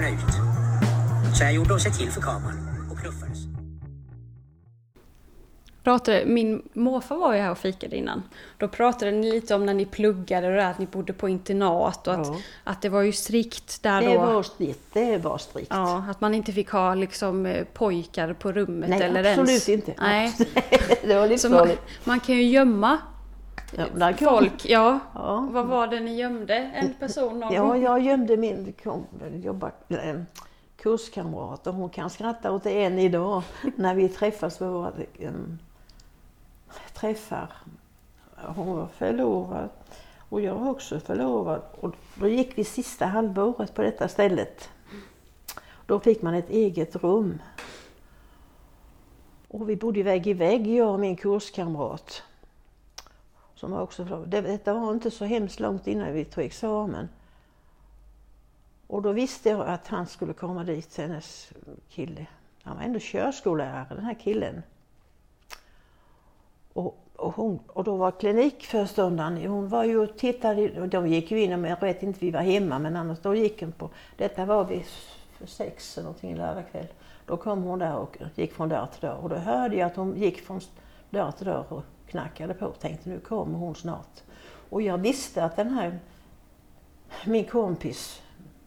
kamera ut. Så jag gjorde oss ett till för kameran och knuffades. Min morfar var ju här och fikade innan. Då pratade ni lite om när ni pluggade och det, att ni bodde på internat och att det var ju strikt där då. Det var strikt. Ja, att man inte fick ha liksom pojkar på rummet. Nej, eller absolut ens. inte. Nej. Det var livsfarligt. Man kan ju gömma folk. Ja. Ja. Vad var det ni gömde? En person någon Ja, jag gömde min kurskamrat och hon kan skratta åt det än idag när vi träffas på våra träffar. Hon var förlovad och jag var också förlovad och då gick vi sista halvåret på detta stället. Då fick man ett eget rum. Och vi bodde vägg i vägg, jag och min kurskamrat. Som var också förlovad. Detta var inte så hemskt långt innan vi tog examen. Och då visste jag att han skulle komma dit, hennes kille. Han var ändå körskollärare, den här killen. Och då var klinikföreståndaren, hon var ju och tittade, och de gick ju in, och jag vet inte vi var hemma, men annars då gick hon på, detta var vi för 6 eller någonting lördag kväll. Då kom hon där och gick från dörr till dörr, och då hörde jag att hon gick från dörr till dörr och knackade på och tänkte nu kommer hon snart. Och jag visste att den här, min kompis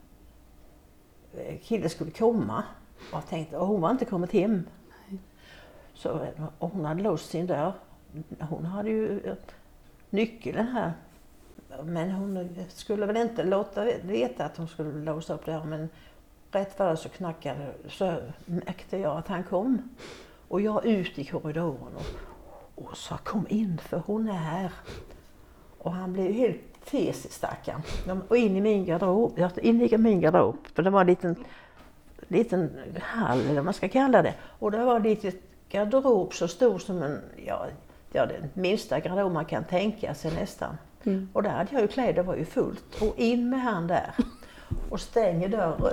kille skulle komma, och jag tänkte, och hon var inte kommit hem. Så, och hon hade låst sin dörr. Hon hade ju nyckeln här. Men hon skulle väl inte låta veta att hon skulle låsa upp dörren. Men rätt för det så märkte jag att han kom. Och jag ut i korridoren och sa kom in för hon är här. Och han blev helt fes i stackaren. Och in i min garderob. För det var en liten hall eller vad man ska kalla det. Och det var ett litet garderob så stor som den minsta garderob man kan tänka sig nästan. Mm. Och där hade jag ju kläder, var ju fullt. Och in med han där. Och stänger dörren.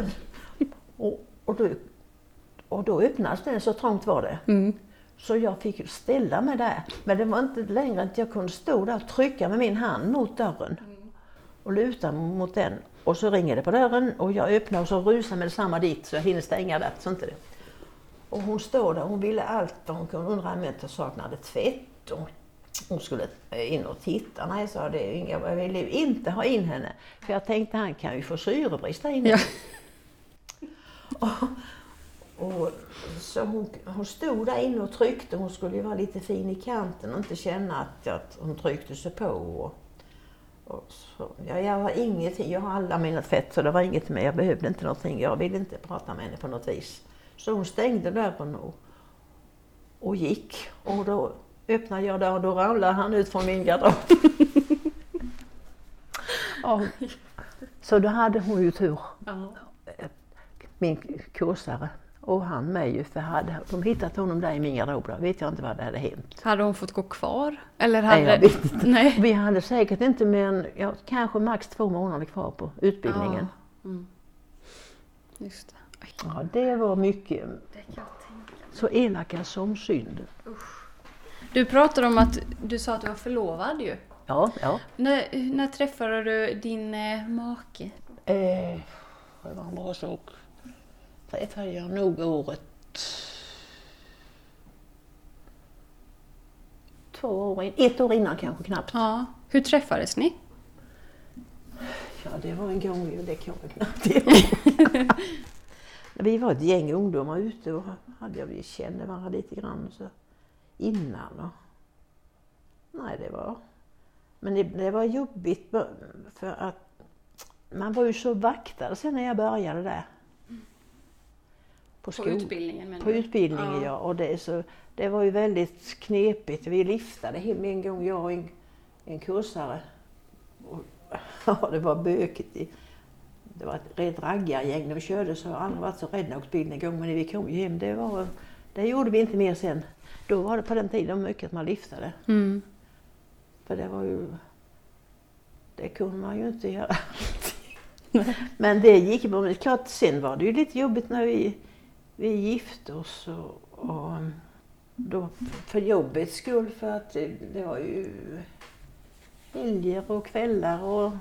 Och då öppnades den, så trångt var det. Mm. Så jag fick ju ställa mig där. Men det var inte längre att jag kunde stå där och trycka med min hand mot dörren. Och luta mot den. Och så ringer det på dörren och jag öppnar och så rusar med detsamma dit så jag hinner stänga där. Så inte det. Och hon står där, hon ville allt. Hon kunde undra om jag inte saknade tvätt. Och hon skulle in och titta. Nej, sa det, jag ville ju inte ha in henne. För jag tänkte han kan ju få syrebrist där inne. Ja. Och så hon stod där inne och tryckte. Hon skulle ju vara lite fin i kanten och inte känna att hon tryckte sig på. Och så, jag har ingenting, jag har alla mina tvätt så det var inget mer. Jag behövde inte någonting, jag ville inte prata med henne på något vis. Så hon stängde dörren och gick. Och då öppnade jag där och då ramlade han ut från min garderob. Så då hade hon ju tur. Min kursare. Och han med ju, för hade de hittat honom där i min garderob, vet jag inte vad det hade hänt. Hade hon fått gå kvar? Eller Nej, jag vet inte. Nej. Vi hade säkert inte mer än, kanske max 2 månader kvar på utbildningen. Ja. Mm. Just det. Ja, det var mycket. Så elaka som synd. Du pratade om att du sa att du var förlovad ju. Ja. När träffade du din make? Det var en bra sak. Träffade jag nog året 1 år innan kanske knappt. Ja. Hur träffades ni? Ja, det var en gång, det kan jag knappt ihåg. Vi var ett gäng ungdomar ute och vi kände varandra lite grann så innan. Nej, det var jobbigt för att man var ju så vaktad sen när jag började där. På utbildningen menar du? På utbildningen, ja. Och det var ju väldigt knepigt. Vi liftade hem en gång, jag och en kursare. Och det var bökigt. Det var ett rätt raggargäng. När vi körde så har jag aldrig varit så rädd när jag en gång. Men när vi kom ju hem, det gjorde vi inte mer sen. Då var det på den tiden mycket att man liftade. Mm. För det var ju... Det kunde man ju inte göra. Men det gick bra. Klart, sen var det ju lite jobbigt när vi gifte oss. Och då för jobbets skull. För att det var ju helger och kvällar.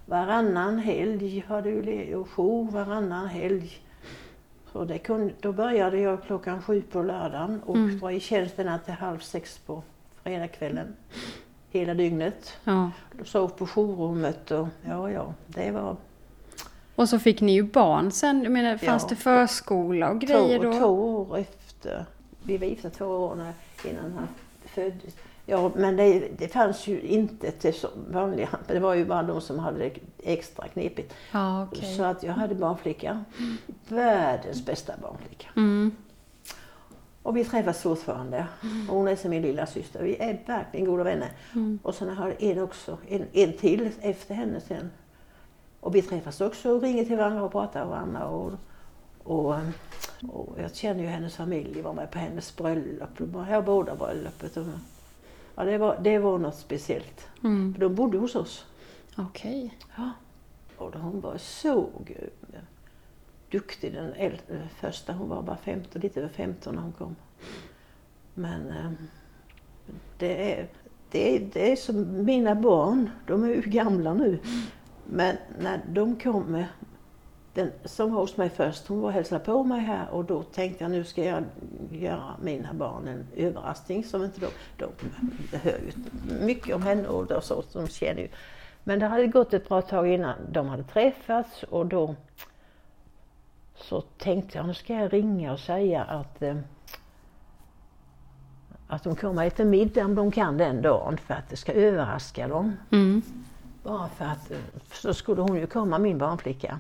varannan helg hade ju och jour varannan helg. Så då började jag 7:00 på lördagen och var i tjänsten till 5:30 på fredagskvällen. Hela dygnet. Ja. Då sov på jourrummet och det var... Och så fick ni ju barn sen. Jag menar, fanns det förskola och grejer då? 2 år efter. Vi var gifta 2 år innan han föddes. Ja, men det fanns ju inte till så vanliga. Det var ju bara de som hade det extra knepigt. Ja, okay. Så att jag hade barnflicka. Världens bästa barnflicka. Och vi träffas fortfarande. Och hon är som min lilla syster. Vi är verkligen goda vänner. Och sen har jag en till efter henne sen. Och vi träffas också och ringer till varandra och pratar med varandra. Och jag känner ju hennes familj, var med på hennes bröllop. De var här båda bröllopet. Ja, det var något speciellt. För de bodde hos oss. Okej. Okay. Ja. Och hon var så duktig, den första. Hon var bara 15, lite över 15 när hon kom. Men det är som mina barn. De är ju gamla nu. Men när de kom, den som var hos mig först, hon var och hälsade på mig här och då tänkte jag nu ska jag göra mina barn en överraskning som inte de hör ju mycket om henne och så som känner ju. Men det hade gått ett bra tag innan de hade träffats och då så tänkte jag nu ska jag ringa och säga att de kommer till middag om de kan den dagen för att det ska överraska dem. Bara för att så skulle hon ju komma, min barnflicka.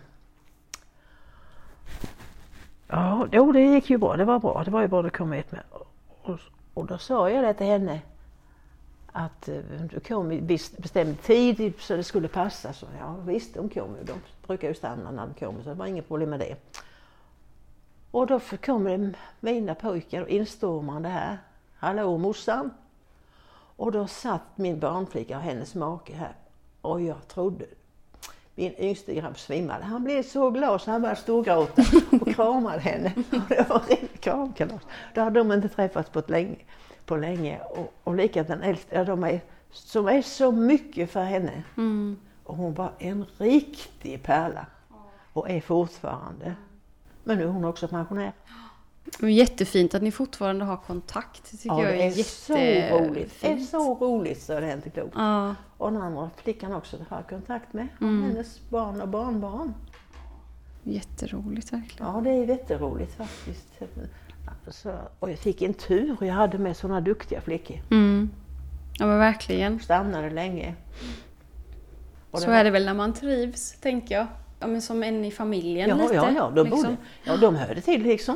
Ja, det gick ju bra. Det var bra. Det var ju bra att komma hit med. Och då sa jag det till henne. Att du kom i bestämd tid så det skulle passa. Så ja visst, de kom ju. De brukar ju stanna när de kommer så det var inget problem med det. Och då kommer mina pojkar och instormande här. Hallå morsan. Och då satt min barnflicka och hennes make här. Och jag trodde, min yngste grabb svimmade. Han blev så glad så han började storgråta och kramade henne. Och det var riktigt kramkalas. Då hade de inte träffats på länge. Och lika den äldsta, som är så mycket för henne. Och hon var en riktig pärla. Och är fortfarande. Men nu är hon också pensionär. Det är jättefint att ni fortfarande har kontakt. Det tycker jag är så roligt. Det är så roligt så det är inte klokt. Ja. Och den andra flickan också har kontakt med. Hennes barn och barnbarn. Jätteroligt verkligen. Ja, det är jätteroligt faktiskt. Alltså, och jag fick en tur. Jag hade med sådana duktiga flickor. Ja men verkligen. Stannade länge. Och så är det väl när man trivs, tänker jag. Ja, men som en i familjen lite. Ja, de hörde till liksom.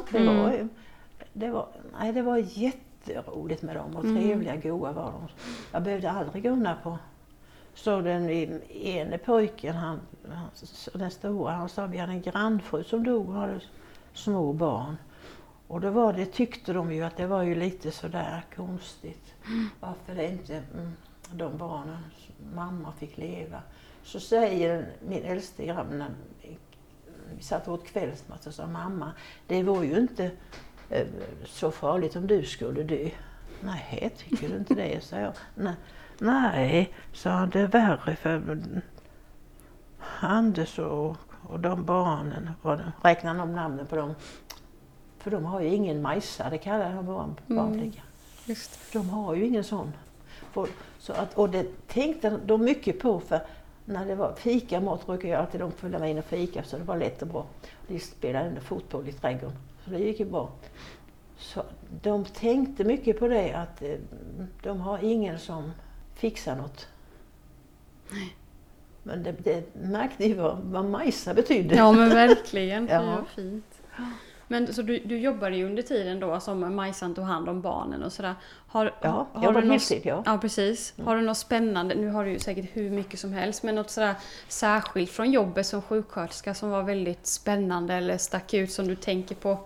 Det var jätteroligt med dem och trevliga, goa var de. Jag behövde aldrig gunna på. Så den ene pojken, den stora, han sa vi hade en grannfru som dog och hade små barn. Och då tyckte de ju att det var ju lite sådär konstigt. Varför det inte de barnen, mamma fick leva. Så säger min äldste grabb när vi satt åt kvällsmat och sa mamma, det var ju inte så farligt om du skulle dö. Nej, tycker du inte det? Så jag, nej, sa det är värre för Anders och de barnen. Räknar de namnen på dem. För de har ju ingen majsa, det kallar de barnflicka. De har ju ingen sån. Och det tänkte de mycket på för när det var fikamat brukade jag alltid följa med in och fika så det var lätt och bra. De spelade ändå fotboll i trädgården så det gick ju bra. Så de tänkte mycket på det att de har ingen som fixar något. Nej. Men det märkte ju vad majsa betydde. Ja men verkligen, ja. Det var fint. Men så du jobbade ju under tiden då som Majsan tog hand om barnen och sådär. Har du heltid, ja. Ja, precis. Har du något spännande, nu har du ju säkert hur mycket som helst, men något sådär särskilt från jobbet som sjuksköterska som var väldigt spännande eller stack ut som du tänker på?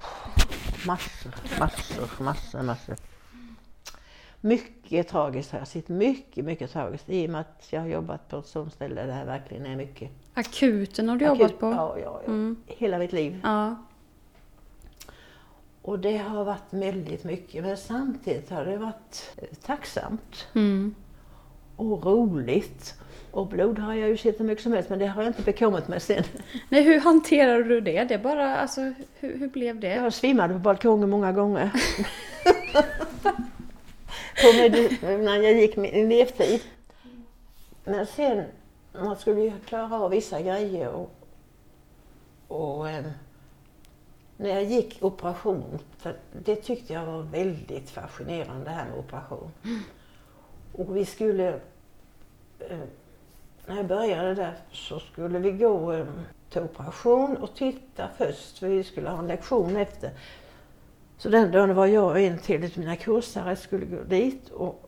Massor. Mycket tragiskt har jag sett, mycket tragiskt i och med att jag har jobbat på ett sånt ställe där det verkligen är mycket. Akuten har du jobbat på? Ja. Hela mitt liv. Ja. Och det har varit väldigt mycket, men samtidigt har det varit tacksamt och roligt. Och blod har jag ju sett hur mycket som helst, men det har jag inte bekommit mig sen. Nej, hur hanterar du det? Det är bara, alltså, hur blev det? Jag svimmade på balkongen många gånger. När jag gick min levtid. Men sen, man skulle ju klara av vissa grejer och när jag gick operation, för det tyckte jag var väldigt fascinerande det här med operation. Och vi skulle, när jag började där så skulle vi gå till operation och titta först, för vi skulle ha en lektion efter. Så den dagen var jag och en till mina kursare skulle gå dit och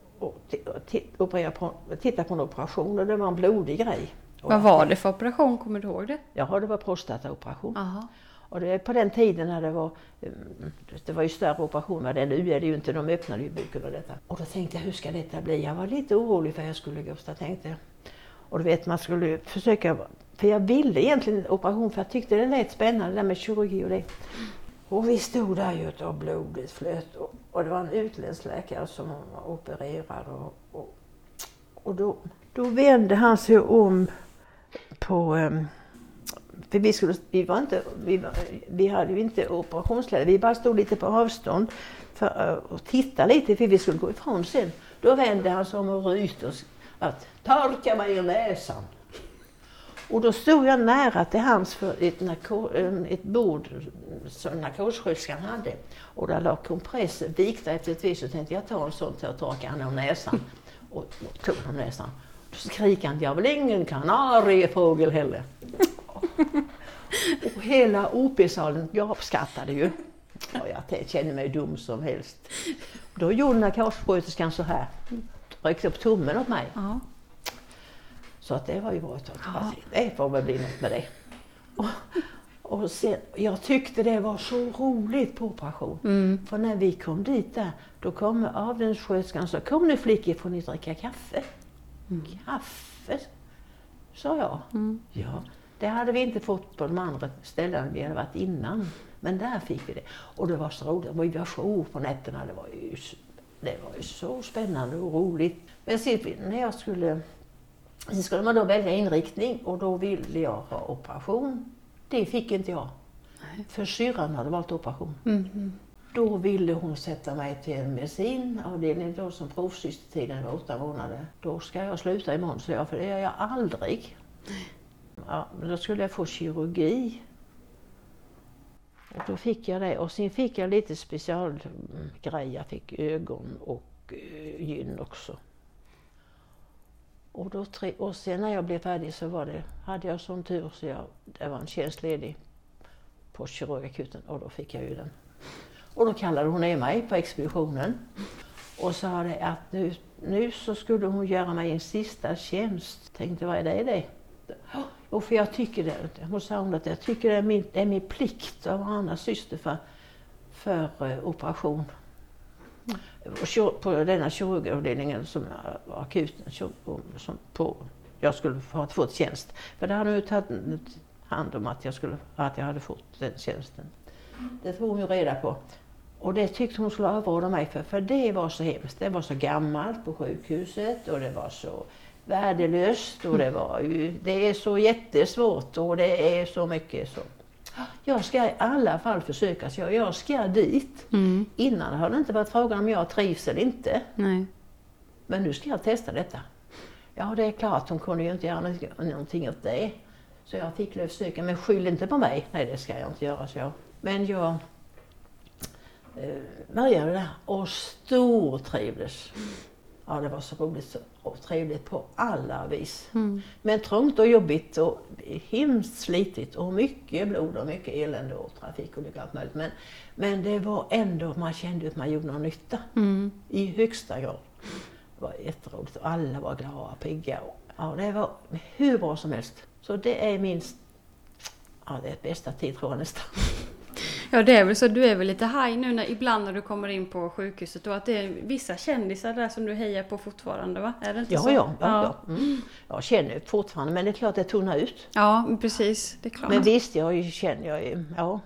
titta på en operation, och det var en blodig grej. Vad var det för operation, kommer du ihåg det? Ja, det var prostataoperation. Aha. Och det är på den tiden när det var ju större operation, men nu är det ju inte, de öppnade ju buken och detta. Och då tänkte jag, hur ska detta bli? Jag var lite orolig för jag skulle gå, så tänkte jag. Och du vet, man skulle försöka, för jag ville egentligen operation, för jag tyckte det lät spännande där med kirurgi och det. Och vi stod där ju och blodet flöt, och det var en utländsk läkare som opererade, och då vände han sig om på, för vi hade ju inte operationskläder, vi bara stod lite på avstånd för att titta lite, för vi skulle gå ifrån sen. Då vände han sig om och ryste oss att torka mig i näsan. Och då stod jag nära till hans för ett bord som narkossköterskan hade. Och där låg kompress vikta efter ett vis, så tänkte jag ta en sån till att torka han om näsan. Och tog om näsan. Då skrek han, jag vill ingen kanariefågel heller. Och hela OP-salen gapskrattade ju. Och jag kände mig dum som helst. Då gjorde narkossköterskan så här. Räckte upp tummen åt mig. Ja. Så att det var ju bra att det får väl bli något med det. Och sen, jag tyckte det var så roligt på operation. För när vi kom dit där, då kom avdelningssköterskan så kom nu flickor, får ni dricka kaffe? Kaffe, sa jag. Ja, det hade vi inte fått på de andra ställena vi hade varit innan. Men där fick vi det. Och det var så roligt, det var show på nätterna, det var ju så spännande och roligt. Men sen när sen skulle man då välja inriktning, och då ville jag ha operation. Det fick inte jag. Nej. För syrran hade valt operation. Då ville hon sätta mig till en medicinavdelning då som provsystertiden var 8 månader. Då ska jag sluta imorgon, så för det gör jag aldrig. Ja, men då skulle jag få kirurgi. Och då fick jag det. Och sen fick jag lite specialgrejer. Jag fick ögon och gyn också. Och sen när jag blev färdig så hade jag sån tur så det var en tjänst ledig på kirurgakuten, och då fick jag ju den. Och då kallade hon ner mig på expeditionen och sa det att nu så skulle hon göra mig en sista tjänst. Tänkte, vad är det? Och för jag tycker det, hon sa att jag tycker det är min plikt av Annas syster för operation. På denna kirurgavdelningen som var akuten, jag skulle ha fått tjänst. För det hade hon ju tagit hand om att jag hade fått den tjänsten. Det tog hon ju reda på. Och det tyckte hon skulle avråda mig för det var så hemskt. Det var så gammalt på sjukhuset, och det var så värdelöst, och det är så jättesvårt, och det är så mycket så. Jag ska i alla fall försöka, så jag ska dit. Innan har det inte varit frågan om jag trivs eller inte. Nej. Men nu ska jag testa detta. Ja, det är klart, hon kunde ju inte göra någonting åt det. Så jag fick försöka, men skyll inte på mig. Nej, det ska jag inte göra, så jag. Men jag började där och stortrivdes. Ja, det var så roligt och trevligt på alla vis. Men trångt och jobbigt och hemskt slitigt och mycket blod och mycket elände och trafikolyckor och allt möjligt. Men det var ändå, man kände att man gjorde någon nytta i högsta grad. Det var jätteroligt och alla var glada och pigga. Ja, det var hur bra som helst. Så det är det bästa tid, tror jag nästan. Ja, det är väl så. Du är väl lite high nu ibland när du kommer in på sjukhuset, och att det är vissa kändisar där som du hejar på fortfarande, va? Är det inte så? Ja. Jag känner fortfarande, men det är klart det tunnar ut. Ja, precis. Det är klart. Men visst, jag känner ju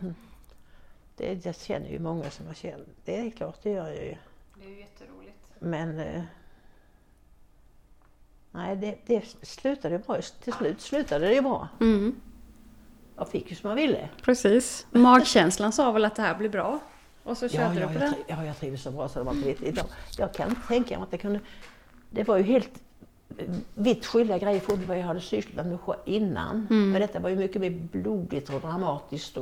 många som jag känner. Det är klart, det gör jag ju. Det är ju jätteroligt. Men nej, det slutade bra. Till slut slutade det bra. Jag fick ju som jag ville. Precis. Magkänslan sa väl att det här blir bra. Och så körde du på den. Jag trivdes så bra så det var inte riktigt. Jag kan inte tänka mig att det kunde... Det var ju helt vitt skilda grejer från vad jag hade sysslat med innan. Men detta var ju mycket mer blodigt och dramatiskt.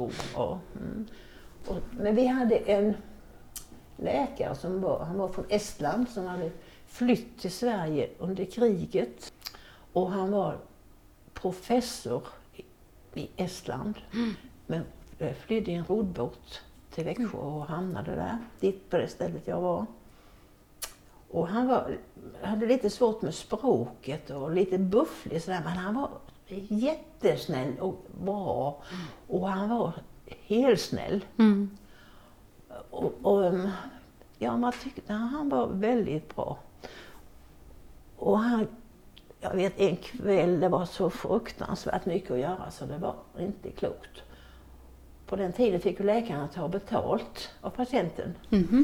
Men vi hade en läkare han var från Estland som hade flytt till Sverige under kriget. Och han var professor i Estland. Men flydde i en rodbåt till Växjö och hamnade där, dit på det stället jag var. Och han hade lite svårt med språket och lite bufflig sådär, men han var jättesnäll och bra. Och han var helt snäll. Ja, man tyckte han var väldigt bra. Och jag vet en kväll, det var så fruktansvärt mycket att göra så det var inte klokt. På den tiden fick ju läkarna ta betalt av patienten.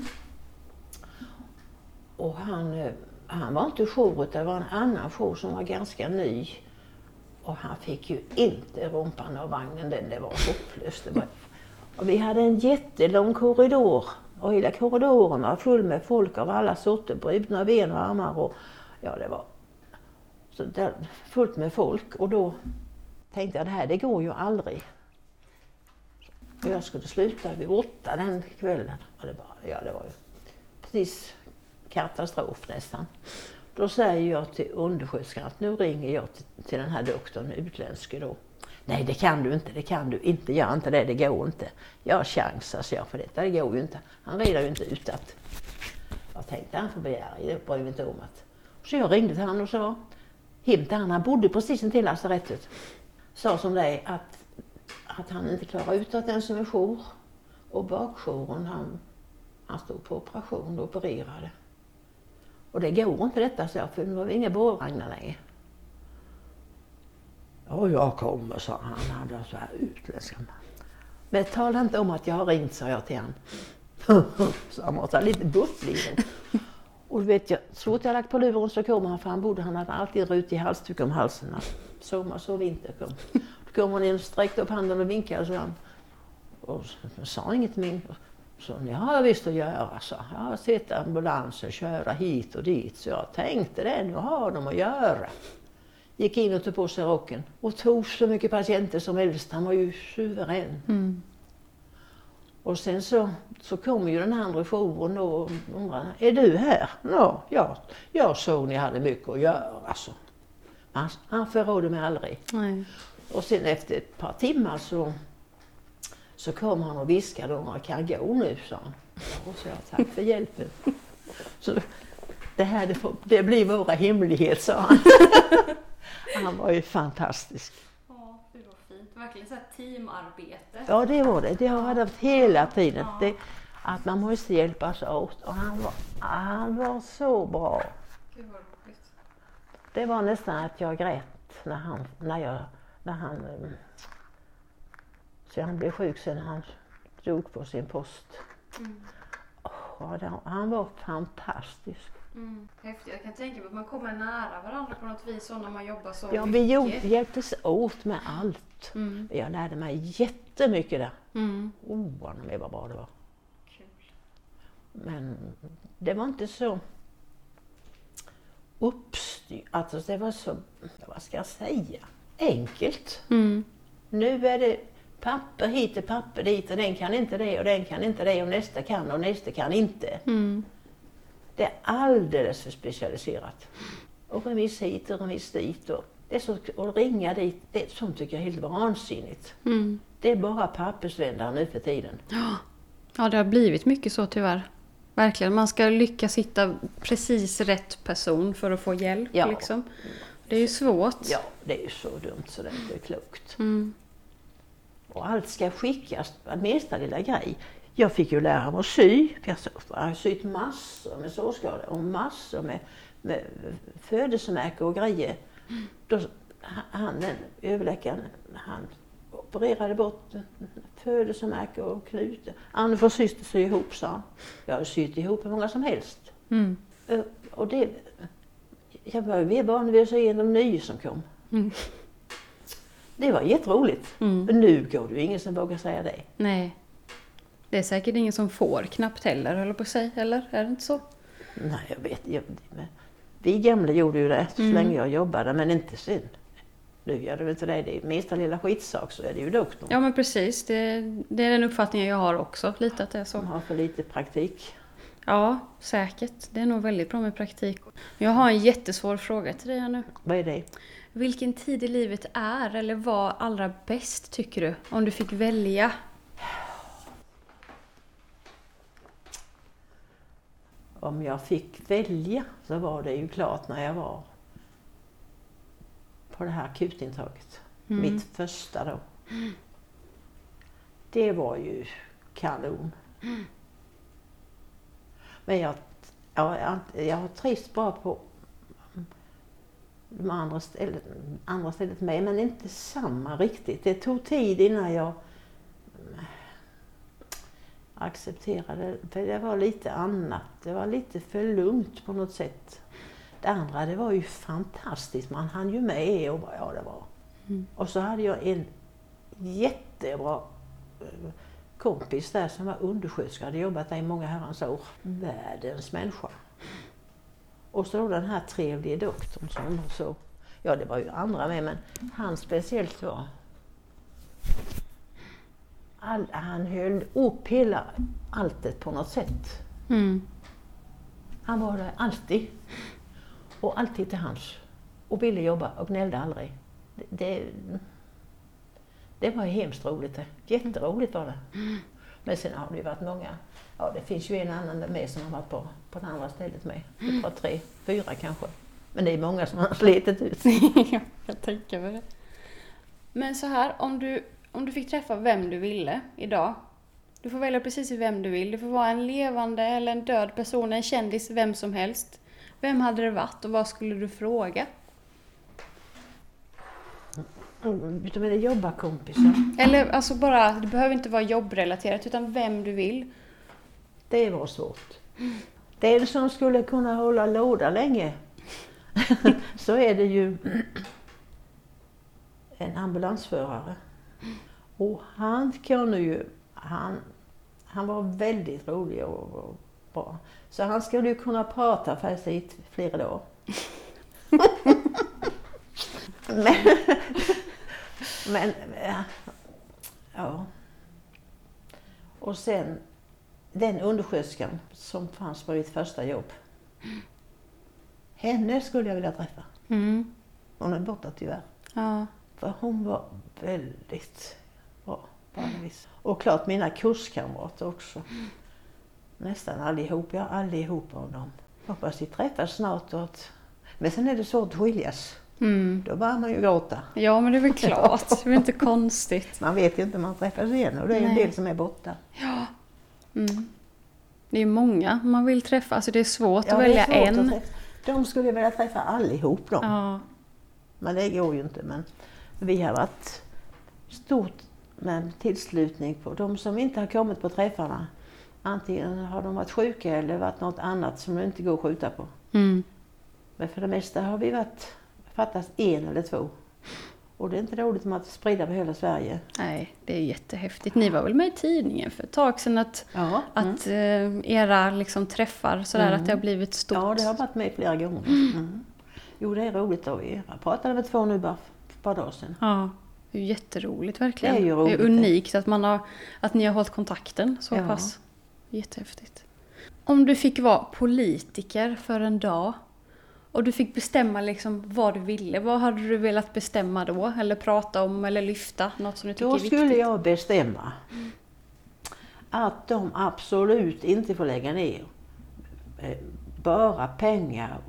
Och han var inte jour, utan det var en annan jour som var ganska ny. Och han fick ju inte rumpan av vagnen, det var hopplöst. Och vi hade en jättelång korridor. Och hela korridoren var full med folk av alla sorter, brudna ben och armar. Och, ja, det var så där, fullt med folk. Och då tänkte jag, det går ju aldrig. Och jag skulle sluta vid 8 den kvällen. Och det var ju precis katastrof nästan. Då säger jag till undersköterskan att nu ringer jag till den här doktorn, utländske då. Nej, det kan du inte, gör inte det går inte. Jag har chans, alltså jag, för det går ju inte. Han redar ju inte ut att jag tänkte han får begära, det bryr vi inte om att. Så jag ringde till han och sa, han bodde precis intill lasarettet. Sa som det att han inte klarar ut att den som är jour. Och bakjouren, han stod på operation och opererade. Och det går inte detta, så jag, för det var inga bårvagnar längre. Ja, jag kommer, sa han hade så här utländska. Men tala inte om att jag har ringt, sa jag till han. Så han var lite bufflig. Och vet jag, så fort jag lagt på luren så kommer han, för han hade alltid rutig halsduk om halsen. Sommar så vinter kom. Då kom han in och sträckte upp handen och vinkade, så han. Och sa inget mer. Så jag har visst att göra, så jag har sett ambulanser köra hit och dit, så jag tänkte det, nu har de att göra. Gick in och tog på sig rocken och tog så mycket patienter som helst, han var ju suverän. Och sen så kom ju den andra jouren och undrade, är du här? No, jag såg ni hade mycket att göra, så. Han förrådde mig aldrig. Nej. Och sen efter ett par timmar så kom han och viskade om jag kan gå nu, sa han. Och så jag, tack för hjälpen. Så det blir våra hemlighet, sa han. Han var ju fantastisk. Ja, det var fint. Verkligen så här teamarbete. Ja, det var det. Det har jag haft hela tiden. Ja. Att man måste hjälpas åt. Och han var så bra. Gud vad roligt. Det var nästan att jag grät när han så han blev sjuk sen han dog på sin post. Han var fantastisk. Häftigt. Jag kan tänka mig att man kommer nära varandra på något vis när man jobbar så mycket. Ja, vi hjälptes åt med allt. Jag lärde mig jättemycket där. Vad bra det var. Kul. Men det var inte så uppstyrt. Alltså det var så, vad ska jag säga, enkelt. Nu är det papper hit och papper dit och den kan inte det och den kan inte det och nästa kan och nästa kan inte. Det är alldeles för specialiserat. Och remiss hit och remiss dit. Och det är så att ringa dit, det som tycker jag är helt vansinnigt. Det är bara pappersvändare nu för tiden. Ja, det har blivit mycket så tyvärr. Verkligen, man ska lyckas hitta precis rätt person för att få hjälp. Ja. Liksom. Det är ju svårt. Ja, det är ju så dumt så det är inte klokt. Och allt ska skickas, minsta lilla grej. Jag fick ju lära mig att sy. Jag har sytt massor med sårskador och massor med födelsemärken och grejer. Då, den överläkaren, han opererade bort födelsemärken och knutor. Nu får syster sy ihop, sa han. Jag har sytt ihop hur många som helst. Och Jag var bara när vi såg igenom nya som kom. Det var jätteroligt. Men nu går det ju ingen som vågar säga det. Nej. Det är säkert ingen som får knappt heller, höll på att säga. Eller är det inte så? Nej, jag vet. Vi gamla gjorde ju det så länge jag jobbade, men inte sen. Nu gör det inte det. Det är minsta lilla skitsak så är det ju doktorn. Ja, men precis. Det är den uppfattningen jag har också. Lite att det är så. Man har för lite praktik. Ja, säkert. Det är nog väldigt bra med praktik. Jag har en jättesvår fråga till dig här nu. Vad är det? Vilken tid i livet är eller var allra bäst tycker du? Om du fick välja. Om jag fick välja så var det ju klart när jag var på det här akutintaget. Mitt första då. Det var ju kanon. Men jag har trivts bara på de andra stället med, men inte samma riktigt. Det tog tid innan jag accepterade, för det var lite annat. Det var lite för lugnt på något sätt. Det andra, det var ju fantastiskt. Man hann ju med och vad det var. Och så hade jag en jättebra kompis där som var undersköterska. Hade jobbat där i många herrans år. Världens människa. Och så den här trevliga doktorn som så. Ja, det var ju andra med, men han speciellt var. Han höll upp hela alltet på något sätt. Han var där alltid. Och alltid till hans. Och ville jobba och gnällde aldrig. Det var hemskt roligt det. Jätteroligt var det. Men sen har det ju varit många. Ja, det finns ju en annan med som har varit på det andra stället med. Det var 3, 4 kanske. Men det är många som har slitit ut. Jag tänker på det. Men så här, om du fick träffa vem du ville idag. Du får välja precis vem du vill. Det får vara en levande eller en död person, en kändis, vem som helst. Vem hade det varit och vad skulle du fråga? Du menar jobbarkompisar? Eller alltså bara, det behöver inte vara jobbrelaterat utan vem du vill. Det var svårt. Den som skulle kunna hålla låda länge så är det ju en ambulansförare. Och han kunde ju, han var väldigt rolig och bra. Så han skulle ju kunna prata för sig i flera dagar. men ja. Och sen den undersköterskan som fanns på mitt första jobb. Henne skulle jag vilja träffa. Hon är borta tyvärr. Ja. För hon var väldigt bra på alla vis. Och klart mina kurskamrater också. Nästan allihop av dem. Hoppas vi träffas snart. Men sen är det svårt att skiljas. Då börjar man ju gråta. Ja, men det är väl klart. Det är inte konstigt. Man vet ju inte om man träffas igen och det är en del som är borta. Ja. Det är många man vill träffa. Alltså det är svårt att välja en. De skulle vilja träffa allihop dem. Ja. Men det går ju inte. Men vi har varit stort med tillslutning på de som inte har kommit på träffarna. Antingen har de varit sjuka eller varit något annat som inte går att skjuta på. Men för det mesta har vi fattats 1 eller 2. Och det är inte roligt om att sprida på hela Sverige. Nej, det är jättehäftigt. Ni var väl med i tidningen för ett tag sedan att era liksom träffar sådär att det har blivit stort. Ja, det har varit med flera gånger. Jo, det är roligt. Jag pratade med 2 nu bara för ett par dagar sedan. Ja, det är jätteroligt verkligen. Det är ju roligt. Det är unikt att ni har hållit kontakten så pass. Jättehäftigt. Om du fick vara politiker för en dag och du fick bestämma liksom vad du ville, vad hade du velat bestämma då? Eller prata om eller lyfta? Något som du tycker är viktigt? Då skulle jag bestämma att de absolut inte får lägga ner bara pengar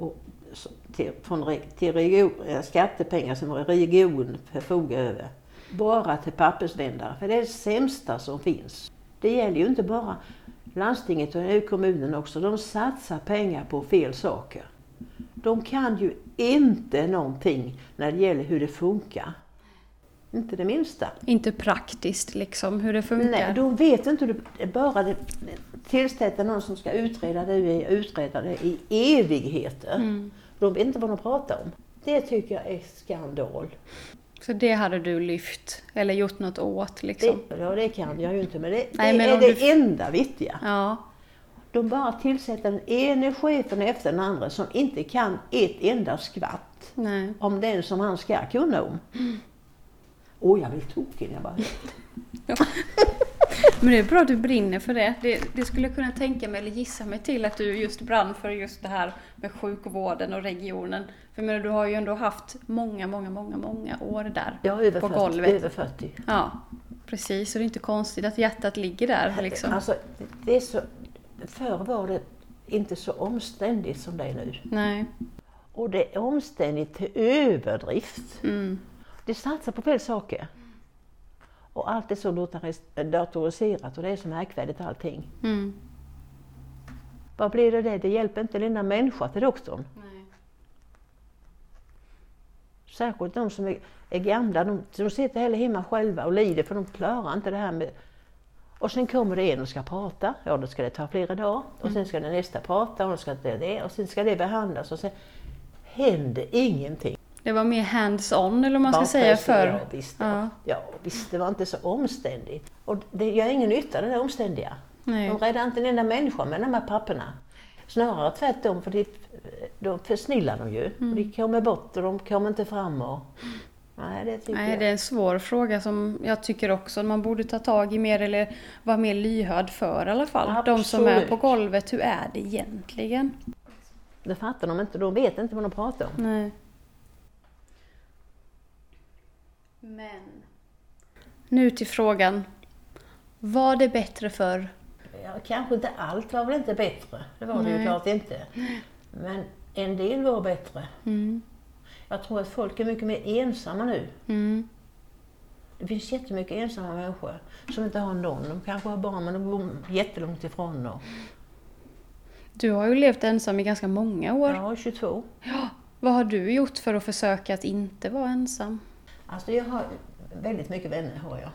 till skattepengar som regionen förfogar över. Bara till pappersvändare, för det är det sämsta som finns. Det gäller ju inte bara landstinget och kommunen också. De satsar pengar på fel saker. De kan ju inte någonting när det gäller hur det funkar. Inte det minsta. Inte praktiskt liksom, hur det funkar. Nej, de vet inte. Bara tillsätta någon som ska utreda det i evigheter. De vet inte vad de pratar om. Det tycker jag är skandal. Så det hade du lyft eller gjort något åt liksom? Det kan jag ju inte, men det Nej, är det enda viktiga. Ja. De bara tillsätter den ene chefen efter den andra som inte kan ett enda skvatt om den som han ska kunna om. Jag blir tokig när jag bara... Ja. Men det är bra att du brinner för det. Det skulle jag kunna tänka mig eller gissa mig till att du just brann för just det här med sjukvården och regionen. För men du har ju ändå haft många år där på golvet. Över 40. Ja, precis. Så det är inte konstigt att hjärtat ligger där liksom. Alltså, det är så... Förr var det inte så omständigt som det är nu. Nej. Och det är omständigt till överdrift. Det satsar på fel saker. Och allt är så datoriserat och det är så märkvärdigt allting. Vad blir det? Det hjälper inte den enda människa till doktorn. Nej. Särskilt de som är gamla, de sitter hela hemma själva och lider för de klarar inte det här med... Och sen kommer det en och ska prata, då ska det ta flera dagar. Och sen ska det nästa prata och då ska det och sen ska det behandlas och sen händer ingenting. Det var mer hands-on eller man ska säga för. Ja, visst, det var inte så omständigt. Och det gör ingen nytta det där omständiga. Nej. De räddar inte en enda människa med de här papperna. Snarare tvärtom, för de försnillar de ju. De kommer bort och de kommer inte fram. Nej, det är en svår fråga som jag tycker också man borde ta tag i mer eller vara mer lyhörd för i alla fall. Absolut. De som är på golvet, hur är det egentligen? Det fattar de inte, de vet inte vad de pratar om. Nej. Men nu till frågan. Var det bättre för? Ja, kanske inte allt var väl inte bättre. Det var det ju klart inte. Men en del var bättre. Jag tror att folk är mycket mer ensamma nu. Det finns jättemycket ensamma människor som inte har någon. De kanske har barn men de bor jättelångt ifrån. Du har ju levt ensam i ganska många år. Ja, 22. Ja. Vad har du gjort för att försöka att inte vara ensam? Alltså jag har väldigt mycket vänner har jag.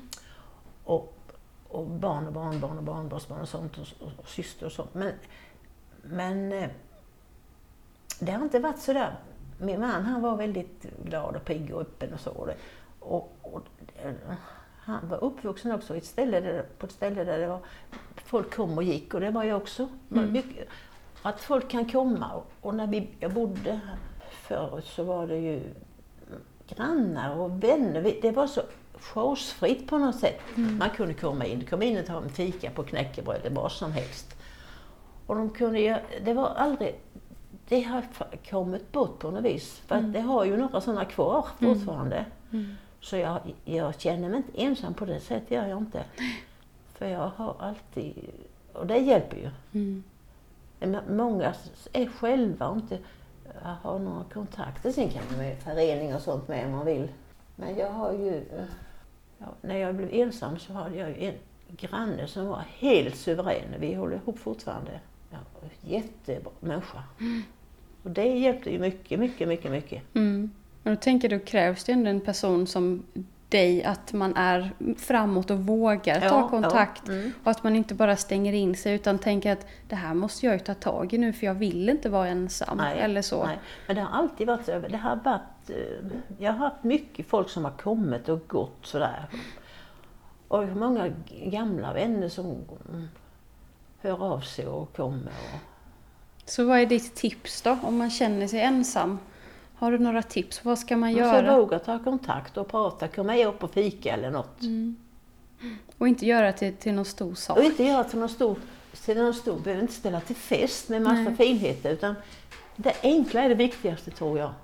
Och barn och barnbarn och sånt och syster och sånt. Men det har inte varit så där. Min man han var väldigt glad och pigg och öppen och så. Och han var uppvuxen också på ett ställe där det var, folk kom och gick och det var jag också. Mycket, att folk kan komma och när jag bodde här förut så var det ju grannar och vänner. Det var så showsfritt på något sätt. Man kunde komma in och ta en fika på knäckebröd eller vad som helst. Och de kunde det var aldrig... Det har kommit bort på något vis. För att det har ju några sådana kvar fortfarande. Så jag känner mig inte ensam på det sättet, gör jag inte. För jag har alltid... Och det hjälper ju. Många är själva och inte har några kontakter. Sen kan man med förening och sånt med om man vill. Men jag har ju... när jag blev ensam så hade jag ju en granne som var helt suverän. Vi håller ihop fortfarande. Ja, jättebra människa. Och det hjälpte ju mycket. Men då tänker du, krävs det ändå en person som dig att man är framåt och vågar ta kontakt och att man inte bara stänger in sig utan tänker att det här måste jag ju ta tag i nu för jag vill inte vara ensam eller så. Nej, men det har alltid varit så. Jag har haft mycket folk som har kommit och gått sådär. Och många gamla vänner som hör av sig och kommer. Så vad är ditt tips då om man känner sig ensam? Har du några tips? Vad ska man göra? Man ska våga ta kontakt och prata. Komma upp och fika eller något. Och inte göra det till någon stor sak. Och inte göra till någon stor. Behöver inte ställa till fest med massa finheter. Utan det enkla är det viktigaste tror jag.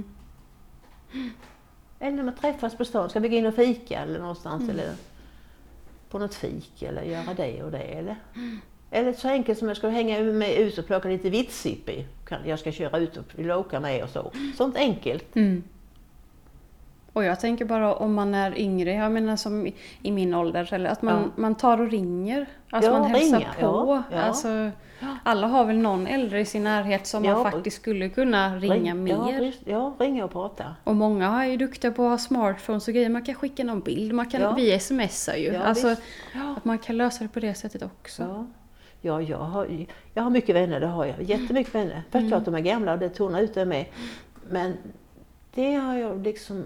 Eller när man träffas på stan. Ska vi gå in och fika eller någonstans. Eller på något fik. Eller göra det och det. Eller så enkelt som jag ska hänga med ut och plocka lite vitsippi. Jag ska köra ut och vill åka med och så. Sånt enkelt. Och jag tänker bara om man är yngre, jag menar som i min ålder, eller att man tar och ringer. Alltså man hälsar på. Ja. Alltså, alla har väl någon äldre i sin närhet som man faktiskt skulle kunna ringa mer. Ja, ringa och prata. Och många är ju duktiga på att ha smartphones och grejer. Man kan skicka någon bild, vi smsar ju. Att man kan lösa det på det sättet också. Ja. Ja, jag har mycket vänner, det har jag. Jättemycket vänner. Först klart de är gamla och det tonar ut det med. Men det har jag liksom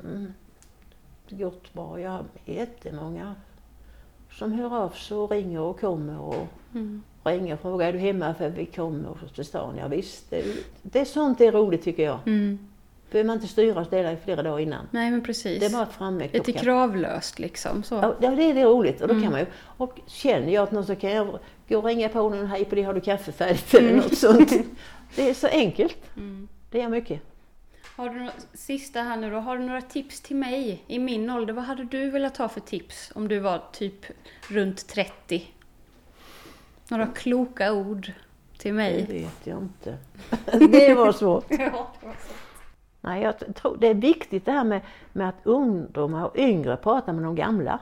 gått bra. Jag har jättemånga som hör av sig och ringer och kommer och ringer och frågar, är du hemma för vi kommer till stan? Ja visst, det är sånt det är roligt tycker jag. Behöver man inte styra och ställa i flera dagar innan. Nej men precis. Det är bara att framme. Lite kravlöst liksom. Så. Ja, det är roligt och då kan man ju, och känner jag att någon så kan jag gå och ringa på någon, hej på det, har du kaffe färdigt eller något sånt. Det är så enkelt. Det är mycket. Har du sista här nu då, har du några tips till mig i min ålder? Vad hade du velat ha för tips om du var typ runt 30? Några kloka ord till mig? Det vet jag inte. Det var svårt. Ja, det var svårt. Nej, jag tror det är viktigt det här med att ungdomar och yngre pratar med de gamla.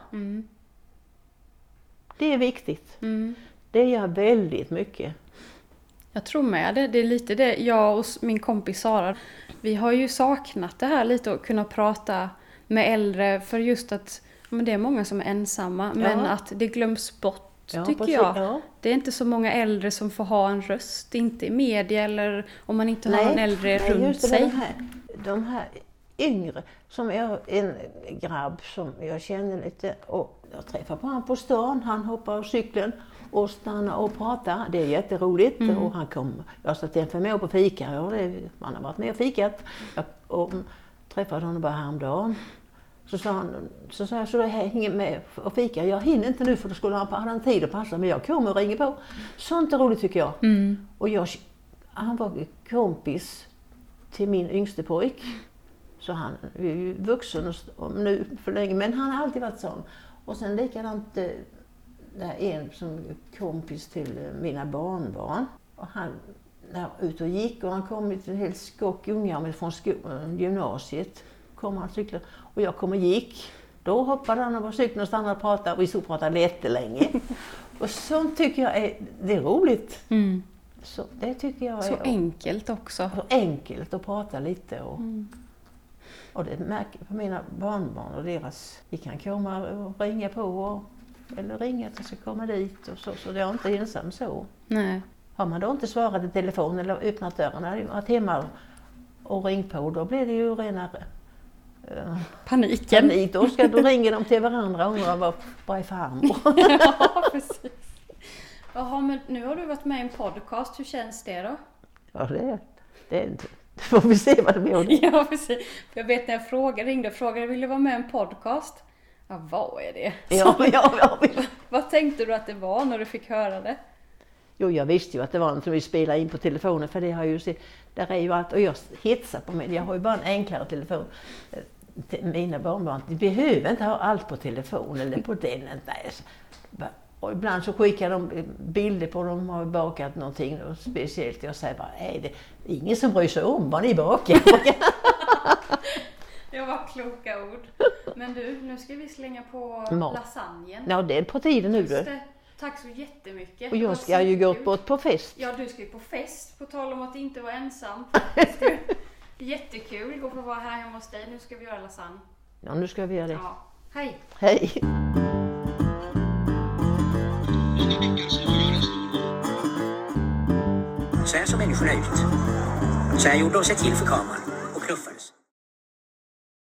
Det är viktigt. Det gör väldigt mycket. Jag tror med det. Det är lite det. Jag och min kompis Sara, vi har ju saknat det här lite att kunna prata med äldre. För just att men det är många som är ensamma. Men att det glöms bort tycker jag. Ja. Det är inte så många äldre som får ha en röst. Inte i media eller om man inte har en äldre runt sig. De här yngre, som jag en grabb som jag känner lite och jag träffar på han på stan, han hoppar av cykeln och stannar och pratar, det är jätteroligt och han kommer, jag satt en för mig på fika, man har varit med och fikat och träffade honom bara häromdagen. Så sa jag, så jag hänger med och fika, jag hinner inte nu för då skulle han ha tid att passa, men jag kommer och ringer på. Sånt är roligt tycker jag. Och han var kompis till min yngste pojk. Så han är ju vuxen nu för länge, men han har alltid varit sån. Och sen likadant, det är en som kompis till mina barnbarn. Och han där ut och gick och han kom till en hel skock ungar från gymnasiet. Kom han cykla och jag kom och gick. Då hoppade han på cykeln och stannade och pratade och vi så pratade jättelänge. Och sånt tycker jag det är roligt. Så det tycker jag så enkelt också. Så enkelt att prata lite och det märker jag på mina barnbarn och deras, vi kan komma och ringa på eller ringa att jag ska komma dit och så det är inte ensam så. Nej. Har man då inte svarat i telefon eller öppnat dörren eller varit hemma och ringt på, då blir det ju rena paniken. Då ska du ringa dem till varandra och undra vad är farmor. Ja, precis. Jaha, men nu har du varit med i en podcast, hur känns det då? Ja, det får vi se vad det blir. Ja, precis. Jag vet när jag ringde vill du vara med i en podcast? Ja, vad är det? Ja. Vad tänkte du att det var när du fick höra det? Jo, jag visste ju att det var något som vi spelade in på telefonen, för det har ju där är ju allt, och jag hetsar på mig, jag har ju bara en enklare telefon. Mina barnbarn, de behöver inte ha allt på telefon eller på den. Och ibland så skickar de bilder på dem har bakat någonting speciellt. Jag säger bara, det är ingen som bryr sig om vad ni bakar. Det var kloka ord. Men du, nu ska vi slänga på lasagnen. Ja, det är på tiden nu du. Tack så jättemycket. Och jag ska ju gå bort på fest. Ja, du ska ju på fest. På tal om att inte vara ensam. Jättekul att få vara här hemma hos dig. Nu ska vi göra lasagne. Ja, nu ska vi göra det. Ja. Hej. Hej. Så här som människorna ut. Så här gjorde de sig till för kameran och knuffades.